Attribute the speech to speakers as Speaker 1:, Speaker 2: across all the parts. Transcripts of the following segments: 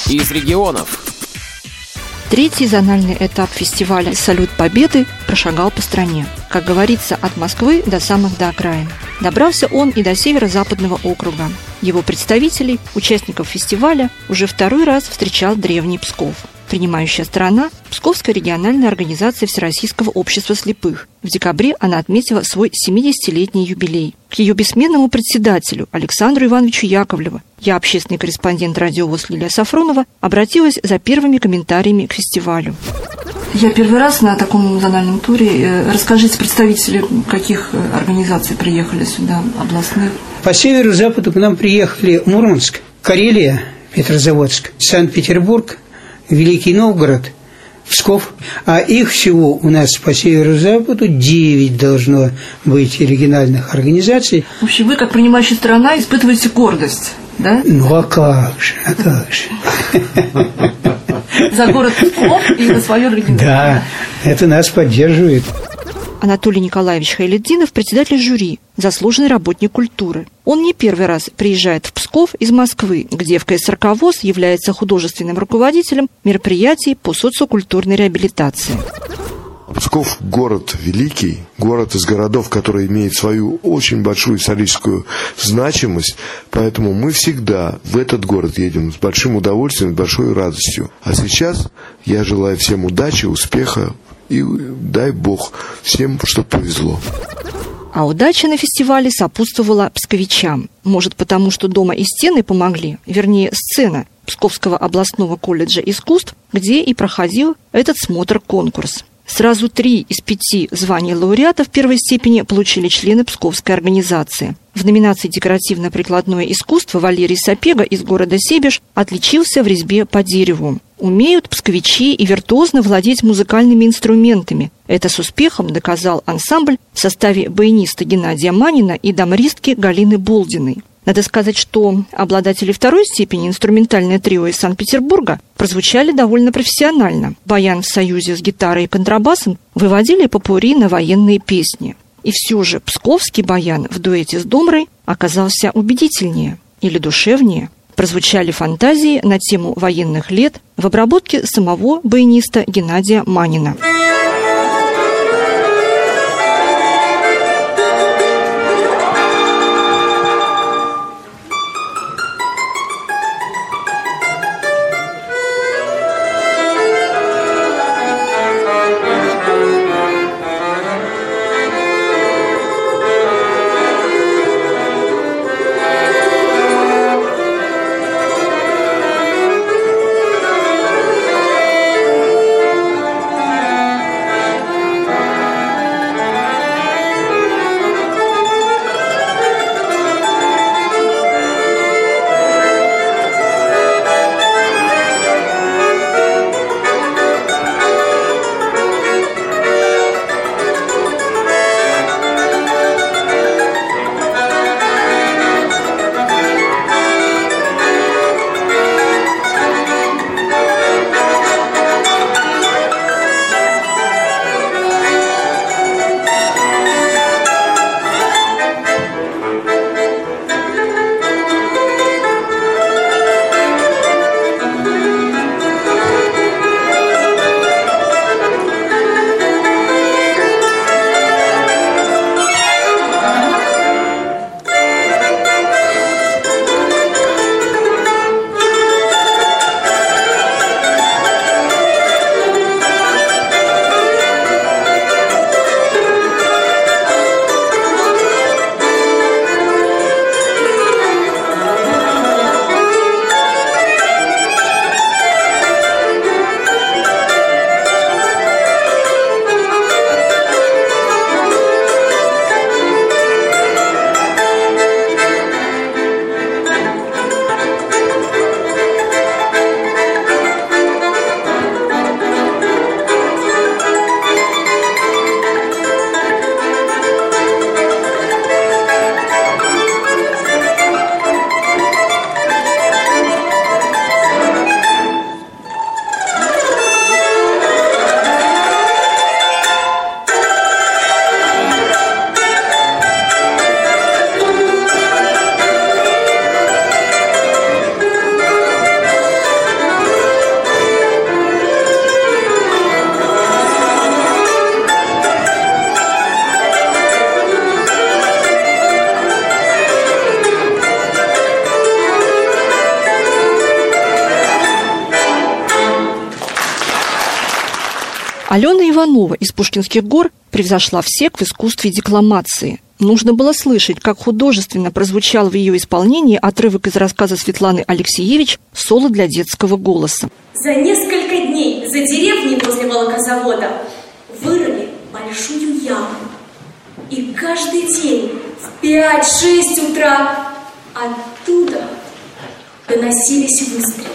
Speaker 1: из регионов.
Speaker 2: Третий зональный этап фестиваля «Салют Победы» прошагал по стране. Как говорится, от Москвы до самых до окраин. Добрался он и до северо-западного округа. Его представителей, участников фестиваля, уже второй раз встречал древний Псков. Принимающая сторона – Псковская региональная организация Всероссийского общества слепых. В декабре она отметила свой 70-летний юбилей. К ее бессменному председателю Александру Ивановичу Яковлеву я, общественный корреспондент «Радио ВОС» Лилия Сафронова, обратилась за первыми комментариями к фестивалю. Я первый раз на таком зональном туре. Расскажите, представители каких организаций приехали сюда, областных?
Speaker 3: По северу-западу к нам приехали Мурманск, Карелия, Петрозаводск, Санкт-Петербург, Великий Новгород, Псков. А их всего у нас по северо-западу 9 должно быть региональных организаций.
Speaker 2: В общем, вы, как принимающая сторона, испытываете гордость, да?
Speaker 3: Ну, а как же.
Speaker 2: За город Псков и за свою организацию.
Speaker 3: Да, это нас поддерживает.
Speaker 2: Анатолий Николаевич Хайлетдинов – председатель жюри, заслуженный работник культуры. Он не первый раз приезжает в Псков из Москвы, где в КСРК ВОС является художественным руководителем мероприятий по социокультурной реабилитации.
Speaker 4: Псков – город великий, город из городов, который имеет свою очень большую историческую значимость, поэтому мы всегда в этот город едем с большим удовольствием, с большой радостью. А сейчас я желаю всем удачи, успеха и дай Бог всем, чтобы повезло.
Speaker 2: А удача на фестивале сопутствовала псковичам. Может, потому что дома и стены помогли, вернее, сцена Псковского областного колледжа искусств, где и проходил этот смотр-конкурс. Сразу 3 из 5 званий лауреатов первой степени получили члены Псковской организации. В номинации «Декоративно-прикладное искусство» Валерий Сапега из города Себеж отличился в резьбе по дереву. Умеют псковичи и виртуозно владеть музыкальными инструментами. Это с успехом доказал ансамбль в составе баяниста Геннадия Манина и дамристки Галины Болдиной. Надо сказать, что обладатели второй степени, инструментальное трио из Санкт-Петербурга, прозвучали довольно профессионально. Баян в союзе с гитарой и контрабасом выводили попурри на военные песни. И все же псковский баян в дуэте с домрой оказался убедительнее или душевнее. Прозвучали фантазии на тему военных лет в обработке самого баяниста Геннадия Манина. Алена Иванова из Пушкинских гор превзошла всех в искусстве декламации. Нужно было слышать, как художественно прозвучал в ее исполнении отрывок из рассказа Светланы Алексеевич «Соло для детского голоса».
Speaker 1: За несколько дней за деревней возле молокозавода вырыли большую яму. И каждый день в 5-6 утра оттуда доносились выстрелы.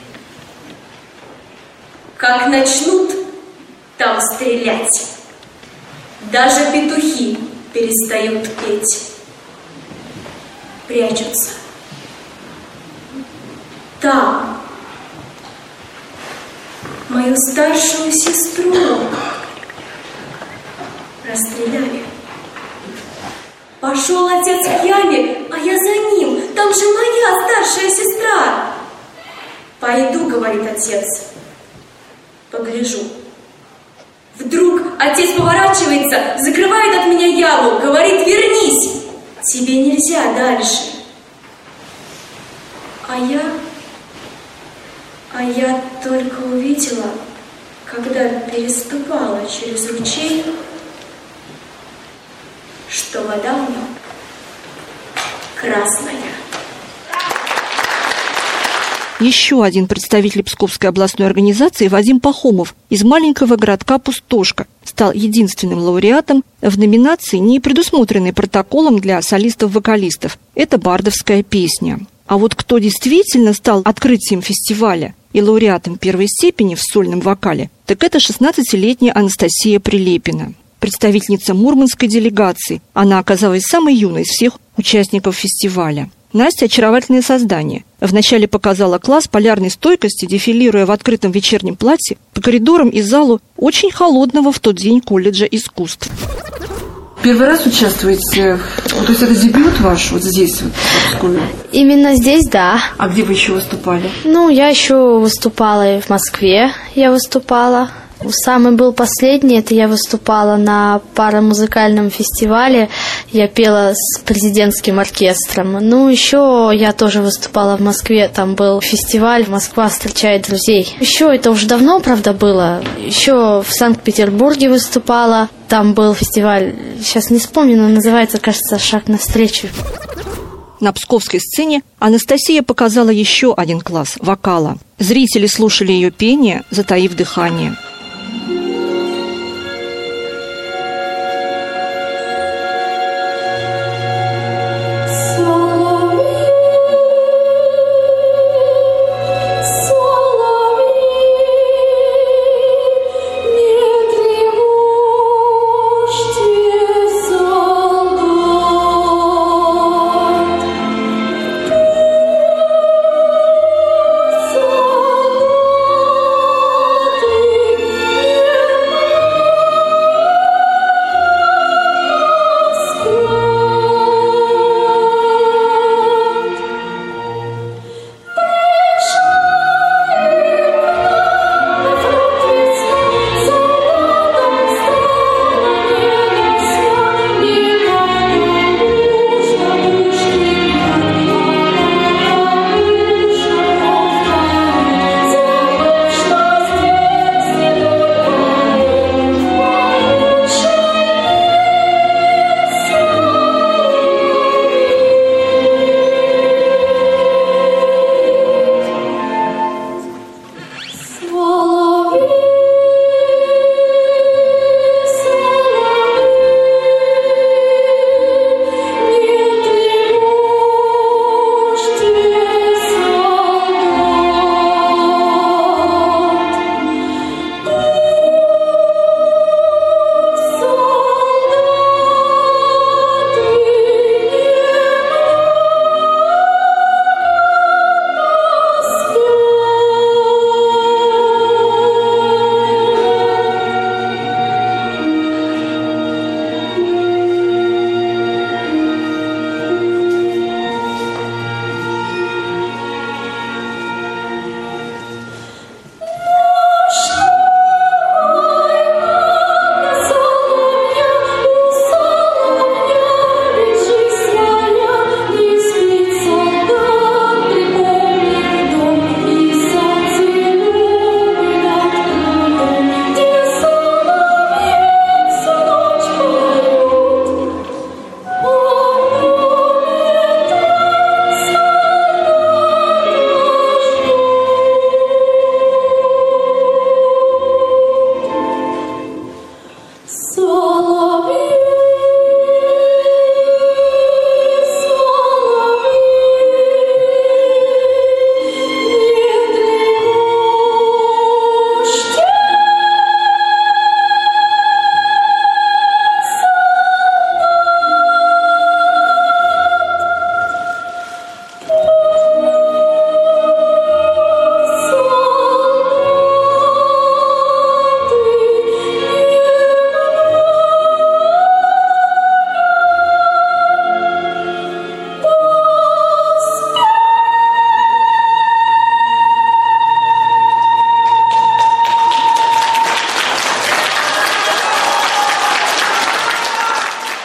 Speaker 1: Как начнут там стрелять, даже петухи перестают петь, прячутся. Там мою старшую сестру расстреляли. Пошел отец к яме, а я за ним. Там же моя старшая сестра. Пойду, говорит отец, погляжу. Вдруг отец поворачивается, закрывает от меня яму, говорит: вернись, тебе нельзя дальше. А я только увидела, когда переступала через ручей, что вода в нем красная.
Speaker 2: Еще один представитель Псковской областной организации Вадим Пахомов из маленького городка Пустошка стал единственным лауреатом в номинации, не предусмотренной протоколом для солистов-вокалистов. Это бардовская песня. А вот кто действительно стал открытием фестиваля и лауреатом первой степени в сольном вокале, так это 16-летняя Анастасия Прилепина, представительница мурманской делегации. Она оказалась самой юной из всех участников фестиваля. Настя – очаровательное создание. Вначале показала класс полярной стойкости, дефилируя в открытом вечернем платье по коридорам и залу очень холодного в тот день колледжа искусств.
Speaker 5: Первый раз участвуете, то есть это дебют ваш вот здесь, вот, в Пскове?
Speaker 6: Именно здесь, да.
Speaker 5: А где вы еще выступали?
Speaker 6: Я еще выступала и в Москве, Самый был последний, это я выступала на парамузыкальном фестивале, я пела с президентским оркестром. Еще я тоже выступала в Москве, там был фестиваль «Москва встречает друзей». Еще это уже давно, правда, было. Еще в Санкт-Петербурге выступала, там был фестиваль, сейчас не вспомню, но называется, кажется, «Шаг навстречу».
Speaker 2: На псковской сцене Анастасия показала еще один класс – вокала. Зрители слушали ее пение, затаив дыхание.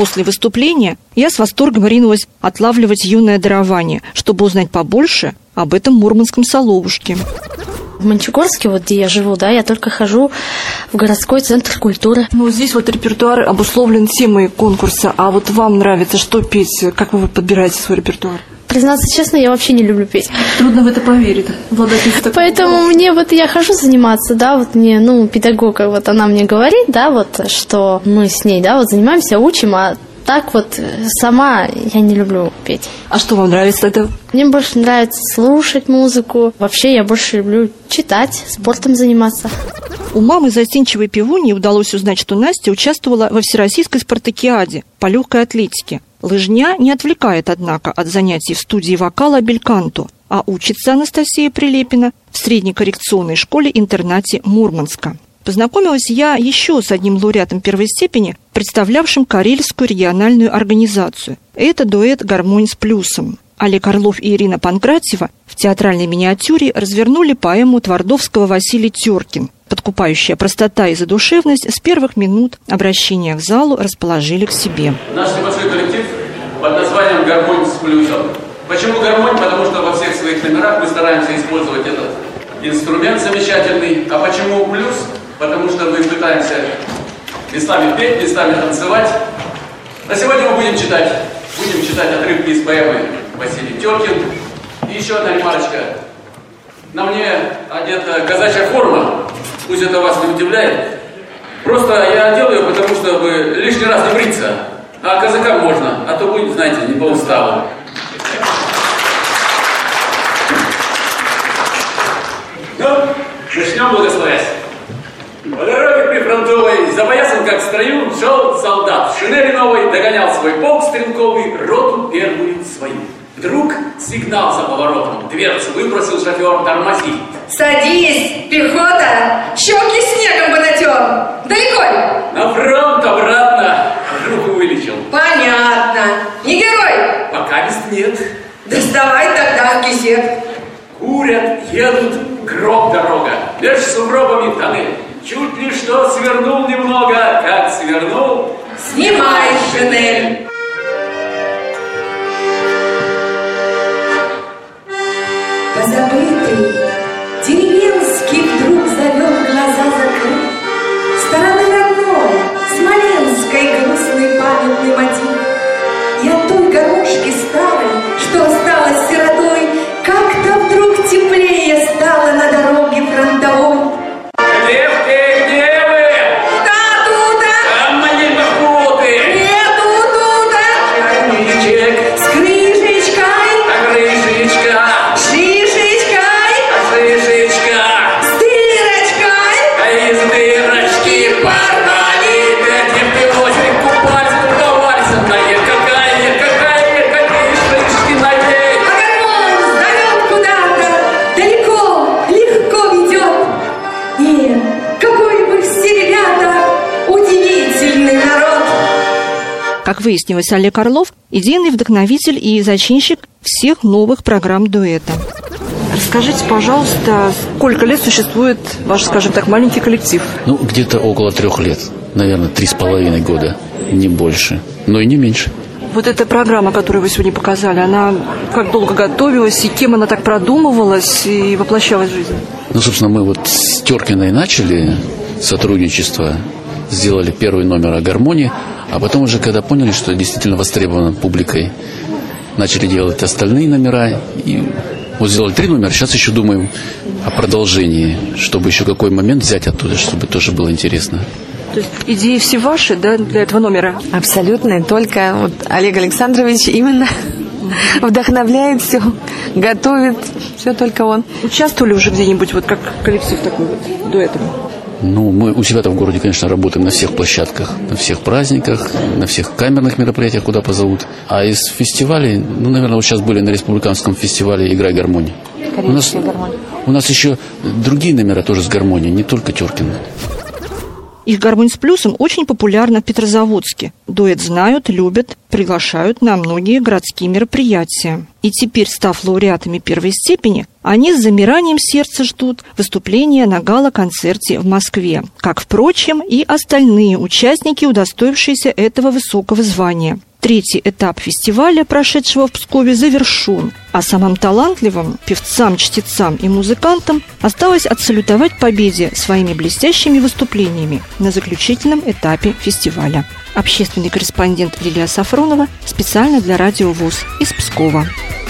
Speaker 2: После выступления я с восторгом ринулась отлавливать юное дарование, чтобы узнать побольше об этом мурманском соловушке.
Speaker 6: В Мончегорске, вот где я живу, да, я только хожу в городской центр культуры.
Speaker 5: Ну, здесь вот репертуар обусловлен темой конкурса. А вот вам нравится что петь? Как вы подбираете свой репертуар?
Speaker 6: Признаться честно, я вообще не люблю петь.
Speaker 5: Трудно в это поверить.
Speaker 6: Поэтому мне вот я хожу заниматься, да, вот мне, педагог, вот она мне говорит, да, вот, что мы с ней, да, вот занимаемся, учим, а так вот сама я не люблю петь.
Speaker 5: А что вам нравится тогда?
Speaker 6: Мне больше нравится слушать музыку. Вообще я больше люблю читать, спортом заниматься.
Speaker 2: У мамы застенчивой певуньи удалось узнать, что Настя участвовала во всероссийской спартакиаде по легкой атлетике. Лыжня не отвлекает, однако, от занятий в студии вокала «Бельканто», а учится Анастасия Прилепина в средней коррекционной школе-интернате Мурманска. Познакомилась я еще с одним лауреатом первой степени, представлявшим Карельскую региональную организацию. Это дуэт «Гармонь с плюсом». Олег Орлов и Ирина Панкратьева в театральной миниатюре развернули поэму Твардовского «Василий Теркин». Подкупающая простота и задушевность с первых минут обращения к залу расположили к себе.
Speaker 7: Наш небольшой коллектив под названием «Гармонь с плюсом». Почему гармонь? Потому что во всех своих номерах мы стараемся использовать этот инструмент замечательный. А почему плюс? Потому что мы пытаемся местами петь, местами танцевать. А сегодня мы будем читать отрывки из поэмы Василий Теркин. И еще одна ремарочка. На мне одета казачья форма. Пусть это вас не удивляет. Просто я делаю, потому чтобы лишний раз не бриться. А казакам можно, а то будет, знаете, не по уставу. Ну, начнем, благословясь. По дороге прифронтовой, запоясан как в строю, шел солдат в шинели новой, догонял свой полк стрелковый, роту первую свою. Вдруг сигнал за поворотом, дверцу выбросил шофер, тормози.
Speaker 8: Садись, пехота, щеки снегом бы натер. Далеко ли?
Speaker 7: На фронт, обратно, руку вылечил.
Speaker 8: Понятно. Не герой?
Speaker 7: Пока мест нет.
Speaker 8: Доставай тогда кисет.
Speaker 7: Курят, едут, гроб дорога, меж сугробами тоннель. Чуть ли что свернул немного, как свернул.
Speaker 8: Снимай шинель. Позабытый, деревенский вдруг зовет глаза закрыть. Стороны родной, смоленской грустный памятный мотив. И от той гармошки старой, что осталась сиротой, как-то вдруг теплее стало на дороге фронтовой.
Speaker 7: Девки, где вы?
Speaker 8: Туда!
Speaker 7: Там мои напуты!
Speaker 8: Нету туда!
Speaker 7: Чайничек,
Speaker 8: С крышечкой!
Speaker 7: а крышечка,
Speaker 8: Шишечкой!
Speaker 7: а шишечка,
Speaker 8: С дырочкой!
Speaker 7: а из дырочки порвали. Девки в озере купались, купались. Какие шишки на ней.
Speaker 8: А гармонь зовет куда-то, далеко, легко ведет. Нет, какой вы все ребята, удивительный народ.
Speaker 2: Как выяснилось, Олег Орлов – идейный вдохновитель и зачинщик всех новых программ дуэта.
Speaker 5: Расскажите, пожалуйста, сколько лет существует ваш, скажем так, маленький коллектив?
Speaker 9: Где-то около 3 лет. Наверное, 3,5 года. Не больше, но и не меньше.
Speaker 5: Вот эта программа, которую вы сегодня показали, она как долго готовилась, и кем она так продумывалась и воплощалась в жизнь?
Speaker 9: Собственно, мы вот с Теркиной начали сотрудничество, сделали первый номер о гармонии, а потом уже, когда поняли, что действительно востребовано публикой, начали делать остальные номера. И вот сделали 3 номера, сейчас еще думаем о продолжении, чтобы еще какой момент взять оттуда, чтобы тоже было интересно.
Speaker 5: То есть идеи все ваши, да, для этого номера?
Speaker 10: Абсолютно. Только вот Олег Александрович именно вдохновляет все, готовит, все только он.
Speaker 5: Участвовали уже где-нибудь, вот как коллектив такой вот, дуэтом?
Speaker 9: Мы у себя-то в городе, конечно, работаем на всех площадках, на всех праздниках, на всех камерных мероприятиях, куда позовут. А из фестивалей, наверное, вот сейчас были на республиканском фестивале «Играй гармонию». У нас еще другие номера тоже с гармонией, не только Теркин.
Speaker 2: Их «Гармонь с плюсом» очень популярна в Петрозаводске. Дуэт знают, любят, приглашают на многие городские мероприятия. И теперь, став лауреатами первой степени, они с замиранием сердца ждут выступления на гала-концерте в Москве, как, впрочем, и остальные участники, удостоившиеся этого высокого звания. Третий этап фестиваля, прошедшего в Пскове, завершен, а самым талантливым певцам, чтецам и музыкантам осталось отсалютовать победе своими блестящими выступлениями на заключительном этапе фестиваля. Общественный корреспондент Лилия Сафронова специально для Радио ВОС из Пскова.